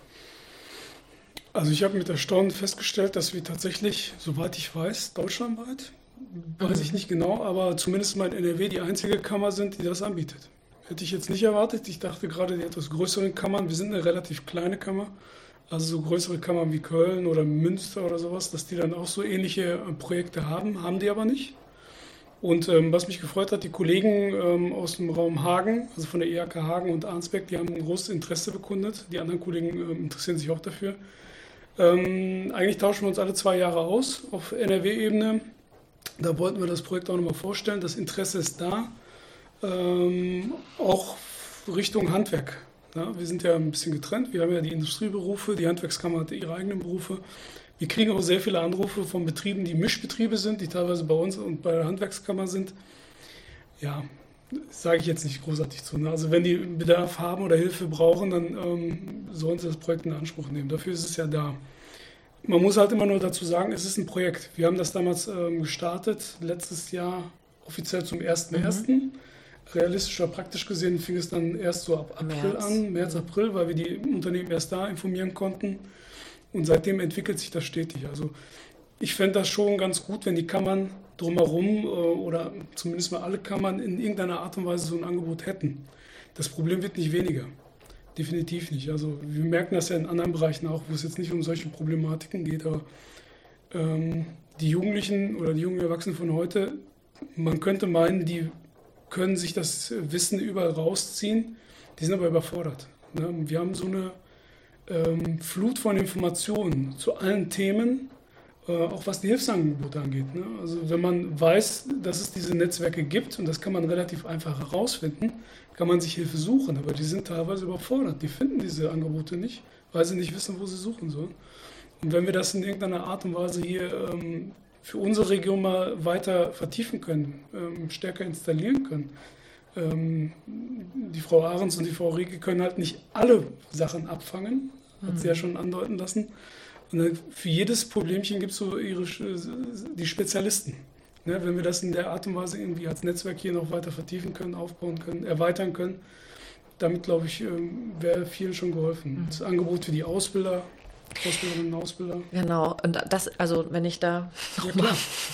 S4: Also ich habe mit Erstaunen festgestellt, dass wir tatsächlich, soweit ich weiß, deutschlandweit, weiß ich nicht genau, aber zumindest mal in N R W die einzige Kammer sind, die das anbietet. Hätte ich jetzt nicht erwartet. Ich dachte gerade, die etwas größeren Kammern, wir sind eine relativ kleine Kammer, also so größere Kammern wie Köln oder Münster oder sowas, dass die dann auch so ähnliche Projekte haben, haben die aber nicht. Und ähm, was mich gefreut hat, die Kollegen ähm, aus dem Raum Hagen, also von der I H K Hagen und Arnsberg, die haben ein großes Interesse bekundet. Die anderen Kollegen ähm, interessieren sich auch dafür. Ähm, eigentlich tauschen wir uns alle zwei Jahre aus auf N R W-Ebene. Da wollten wir das Projekt auch nochmal vorstellen. Das Interesse ist da, ähm, auch Richtung Handwerk. Ja, wir sind ja ein bisschen getrennt. Wir haben ja die Industrieberufe, die Handwerkskammer hat ihre eigenen Berufe. Wir kriegen auch sehr viele Anrufe von Betrieben, die Mischbetriebe sind, die teilweise bei uns und bei der Handwerkskammer sind. Ja, sage ich jetzt nicht großartig zu. Ne? Also wenn die Bedarf haben oder Hilfe brauchen, dann ähm, sollen sie das Projekt in Anspruch nehmen. Dafür ist es ja da. Man muss halt immer nur dazu sagen, es ist ein Projekt. Wir haben das damals ähm, gestartet, letztes Jahr offiziell zum ersten ersten Mhm. Realistisch oder praktisch gesehen fing es dann erst so ab April
S5: März.
S4: an, März, April, weil wir die Unternehmen erst da informieren konnten. Und seitdem entwickelt sich das stetig. Also ich fände das schon ganz gut, wenn die Kammern drumherum äh, oder zumindest mal alle Kammern in irgendeiner Art und Weise so ein Angebot hätten. Das Problem wird nicht weniger. Definitiv nicht. Also wir merken das ja in anderen Bereichen auch, wo es jetzt nicht um solche Problematiken geht, aber ähm, die Jugendlichen oder die jungen Erwachsenen von heute, man könnte meinen, die können sich das Wissen überall rausziehen, die sind aber überfordert. Ne? Wir haben so eine ähm, Flut von Informationen zu allen Themen, äh, auch was die Hilfsangebote angeht. Ne? Also wenn man weiß, dass es diese Netzwerke gibt, und das kann man relativ einfach herausfinden, kann man sich Hilfe suchen, aber die sind teilweise überfordert. Die finden diese Angebote nicht, weil sie nicht wissen, wo sie suchen sollen. Und wenn wir das in irgendeiner Art und Weise hier ähm, für unsere Region mal weiter vertiefen können, ähm, stärker installieren können, ähm, die Frau Ahrens und die Frau Rieke können halt nicht alle Sachen abfangen, hat sie ja schon andeuten lassen. Und dann für jedes Problemchen gibt es so ihre, die Spezialisten. Ne, wenn wir das in der Art und Weise irgendwie als Netzwerk hier noch weiter vertiefen können, aufbauen können, erweitern können, damit, glaube ich, wäre vielen schon geholfen. Mhm. Das Angebot für die Ausbilder, Ausbilderinnen und Ausbilder.
S5: Genau, und das, also wenn ich da nochmal,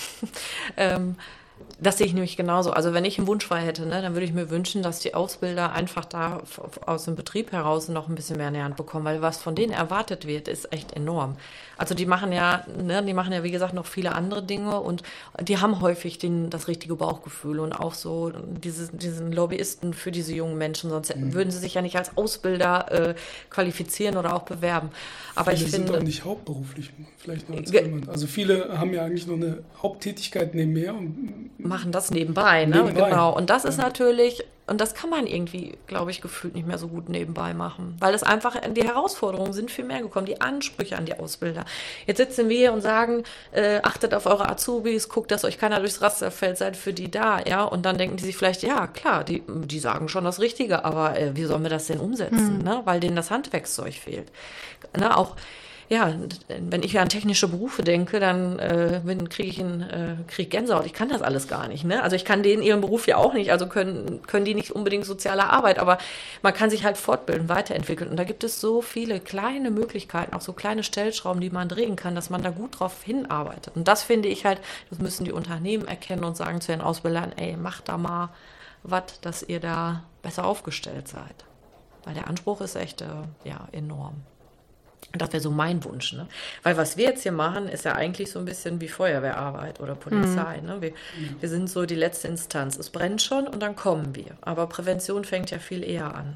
S5: ja, ähm, das sehe ich nämlich genauso. Also wenn ich einen Wunsch frei hätte, ne, dann würde ich mir wünschen, dass die Ausbilder einfach da aus dem Betrieb heraus noch ein bisschen mehr in die Hand bekommen, weil was von denen erwartet wird, ist echt enorm. Also die machen ja, ne, die machen ja wie gesagt noch viele andere Dinge und die haben häufig den, das richtige Bauchgefühl und auch so dieses, diesen Lobbyisten für diese jungen Menschen, sonst mhm. würden sie sich ja nicht als Ausbilder äh, qualifizieren oder auch bewerben. Aber
S4: viele
S5: ich finde,
S4: sind auch nicht hauptberuflich, vielleicht noch als ge- Also viele haben ja eigentlich noch eine Haupttätigkeit nebenher und
S5: machen das nebenbei, ne?
S4: Nebenbei.
S5: Genau. Und das ist
S4: ja.
S5: natürlich, und das kann man irgendwie, glaube ich, gefühlt nicht mehr so gut nebenbei machen. Weil das einfach, die Herausforderungen sind viel mehr gekommen, die Ansprüche an die Ausbilder. Jetzt sitzen wir hier und sagen, äh, achtet auf eure Azubis, guckt, dass euch keiner durchs Raster fällt, seid für die da, ja. Und dann denken die sich vielleicht, ja, klar, die, die sagen schon das Richtige, aber äh, wie sollen wir das denn umsetzen, mhm. ne? Weil denen das Handwerkszeug fehlt. Ne? Auch ja, wenn ich an technische Berufe denke, dann äh, kriege ich einen äh, krieg Gänsehaut. Ich kann das alles gar nicht. Ne? Also ich kann denen ihren Beruf ja auch nicht, also können, können die nicht unbedingt soziale Arbeit, aber man kann sich halt fortbilden, weiterentwickeln. Und da gibt es so viele kleine Möglichkeiten, auch so kleine Stellschrauben, die man drehen kann, dass man da gut drauf hinarbeitet. Und das finde ich halt, das müssen die Unternehmen erkennen und sagen zu den Ausbildern, ey, macht da mal was, dass ihr da besser aufgestellt seid. Weil der Anspruch ist echt äh, ja, enorm. Das wäre so mein Wunsch, ne? Weil was wir jetzt hier machen, ist ja eigentlich so ein bisschen wie Feuerwehrarbeit oder Polizei, mhm. ne? Wir, wir sind so die letzte Instanz. Es brennt schon und dann kommen wir. Aber Prävention fängt ja viel eher an.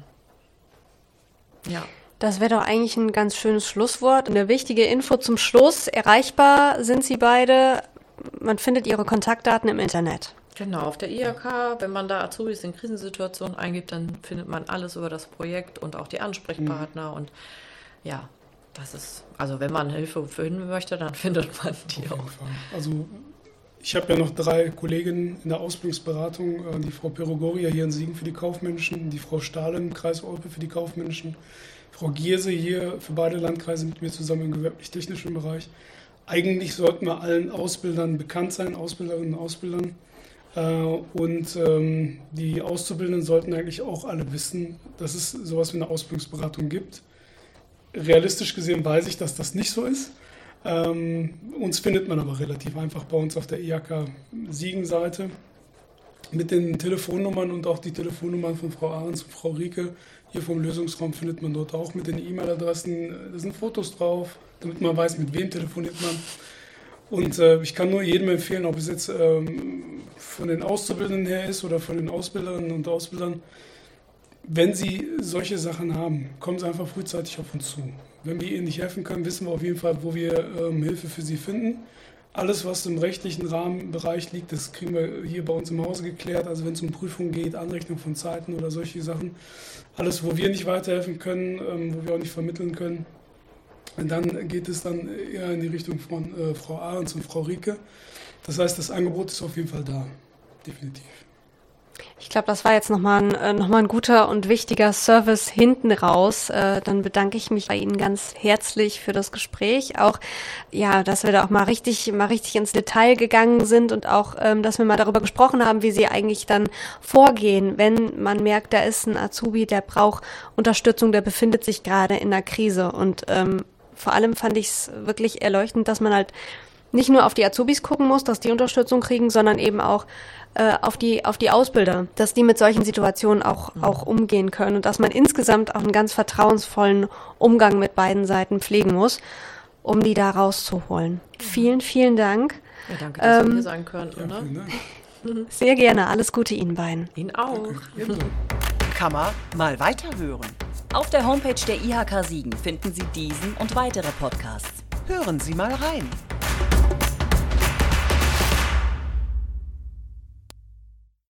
S5: Ja.
S3: Das wäre doch eigentlich ein ganz schönes Schlusswort. Eine wichtige Info zum Schluss. Erreichbar sind Sie beide. Man findet Ihre Kontaktdaten im Internet.
S5: Genau, auf der I H K, wenn man da Azubis in Krisensituationen eingibt, dann findet man alles über das Projekt und auch die Ansprechpartner mhm. und ja, das ist, also wenn man Hilfe finden möchte, dann findet man die auch.
S4: Also ich habe ja noch drei Kolleginnen in der Ausbildungsberatung, die Frau Perogoria hier in Siegen für die Kaufmännischen, die Frau Stahle im Kreis Olpe für die Kaufmännischen, Frau Gierse hier für beide Landkreise mit mir zusammen im gewerblich-technischen Bereich. Eigentlich sollten wir allen Ausbildern bekannt sein, Ausbilderinnen und Ausbildern. Und ähm, die Auszubildenden sollten eigentlich auch alle wissen, dass es sowas wie eine Ausbildungsberatung gibt. Realistisch gesehen weiß ich, dass das nicht so ist. Ähm, uns findet man aber relativ einfach bei uns auf der I H K Siegen-Seite mit den Telefonnummern und auch die Telefonnummern von Frau Ahrens und Frau Rieke. Hier vom Lösungsraum findet man dort auch mit den E-Mail-Adressen. Da sind Fotos drauf, damit man weiß, mit wem telefoniert man. Und äh, ich kann nur jedem empfehlen, ob es jetzt ähm, von den Auszubildenden her ist oder von den Ausbilderinnen und Ausbildern, wenn Sie solche Sachen haben, kommen Sie einfach frühzeitig auf uns zu. Wenn wir Ihnen nicht helfen können, wissen wir auf jeden Fall, wo wir ähm, Hilfe für Sie finden. Alles, was im rechtlichen Rahmenbereich liegt, das kriegen wir hier bei uns im Hause geklärt. Also wenn es um Prüfungen geht, Anrechnung von Zeiten oder solche Sachen. Alles, wo wir nicht weiterhelfen können, ähm, wo wir auch nicht vermitteln können. Und dann geht es dann eher in die Richtung von äh, Frau Ahrens und Frau Rieke. Das heißt, das Angebot ist auf jeden Fall da, definitiv.
S3: Ich glaube, das war jetzt nochmal ein, äh, noch mal ein guter und wichtiger Service hinten raus. Äh, dann bedanke ich mich bei Ihnen ganz herzlich für das Gespräch. Auch, ja, dass wir da auch mal richtig, mal richtig ins Detail gegangen sind und auch, ähm, dass wir mal darüber gesprochen haben, wie Sie eigentlich dann vorgehen, wenn man merkt, da ist ein Azubi, der braucht Unterstützung, der befindet sich gerade in einer Krise. Und ähm, vor allem fand ich es wirklich erleuchtend, dass man halt nicht nur auf die Azubis gucken muss, dass die Unterstützung kriegen, sondern eben auch äh, auf die auf die Ausbilder, dass die mit solchen Situationen auch, auch umgehen können und dass man insgesamt auch einen ganz vertrauensvollen Umgang mit beiden Seiten pflegen muss, um die da rauszuholen. Vielen, vielen Dank.
S5: Ja, danke, dass
S3: Ähm,
S5: wir hier sein könnten.
S4: Ja,
S5: Ne?
S4: vielen Dank.
S3: Sehr gerne. Alles Gute Ihnen beiden.
S5: Ihnen auch.
S1: Kann man mal weiterhören.
S2: Auf der Homepage der I H K Siegen finden Sie diesen und weitere Podcasts.
S1: Hören Sie mal rein.